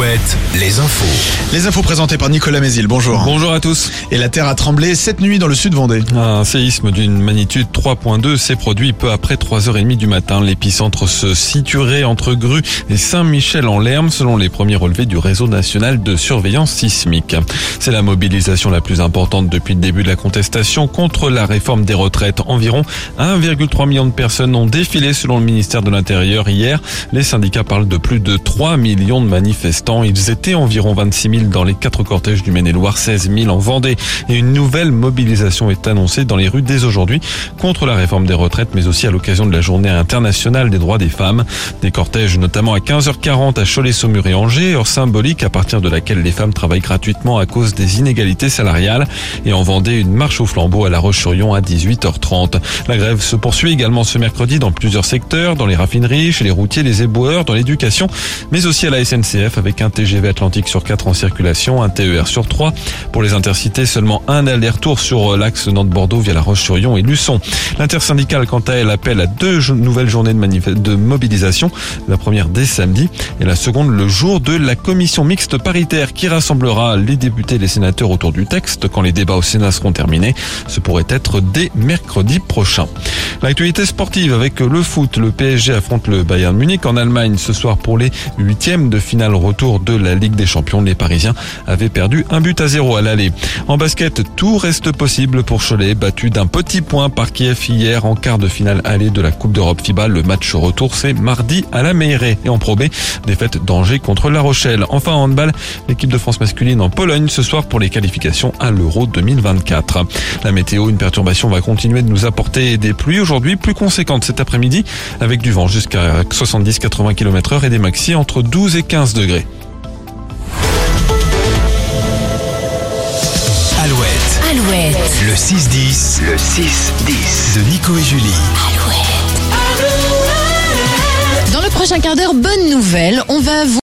Alouette, les infos. Les infos présentées par Nicolas Mézil, bonjour. Bonjour à tous. Et la terre a tremblé cette nuit dans le sud Vendée. Un séisme d'une magnitude 3.2 s'est produit peu après 3h30 du matin. L'épicentre se situerait entre Grue et Saint-Michel-en-Lerme, selon les premiers relevés du réseau national de surveillance sismique. C'est la mobilisation la plus importante depuis le début de la contestation contre la réforme des retraites. Environ 1,3 million de personnes ont défilé selon le ministère de l'Intérieur hier. Les syndicats parlent de plus de 3 millions de manifestants. Ils étaient environ 26 000 dans les 4 cortèges du Maine-et-Loire, 16 000 en Vendée. Et une nouvelle mobilisation est annoncée dans les rues dès aujourd'hui contre la réforme des retraites, mais aussi à l'occasion de la journée internationale des droits des femmes. Des cortèges notamment à 15h40 à Cholet-Saumur et Angers, heure symbolique à partir de laquelle les femmes travaillent gratuitement à cause des inégalités salariales. Et en Vendée, une marche au flambeau à La Roche-sur-Yon à 18h30. La grève se poursuit également ce mercredi dans plusieurs secteurs, dans les raffineries, chez les routiers, les éboueurs, dans l'éducation, mais aussi à la SNCF avec un TGV Atlantique sur 4 en circulation, un TER sur 3. Pour les intercités, seulement un aller-retour sur l'axe Nantes-Bordeaux via La Roche-sur-Yon et Luçon. L'intersyndicale, quant à elle, appelle à 2 nouvelles journées de mobilisation. La première dès samedi et la seconde le jour de la commission mixte paritaire qui rassemblera les députés et les sénateurs autour du texte quand les débats au Sénat seront terminés. Ce pourrait être dès mercredi prochain. L'actualité sportive avec le foot. Le PSG affronte le Bayern Munich en Allemagne ce soir pour les 8e de finale retour de la Ligue des Champions. Les Parisiens avaient perdu 1-0 à l'aller. En basket, tout reste possible pour Cholet, battu d'un petit point par Kiev hier en quart de finale aller de la Coupe d'Europe FIBA. Le match retour, c'est mardi à la Meilleraie. Et en Pro B, défaite d'Angers contre La Rochelle. Enfin en handball, l'équipe de France masculine en Pologne ce soir pour les qualifications à l'Euro 2024. La météo, une perturbation va continuer de nous apporter des pluies aujourd'hui plus conséquentes cet après-midi avec du vent jusqu'à 70-80 km/h et des maxi entre 12 et 15 degrés. Alouette, le 6-10. Le 6-10 de Nico et Julie. Dans le prochain quart d'heure, bonne nouvelle, on va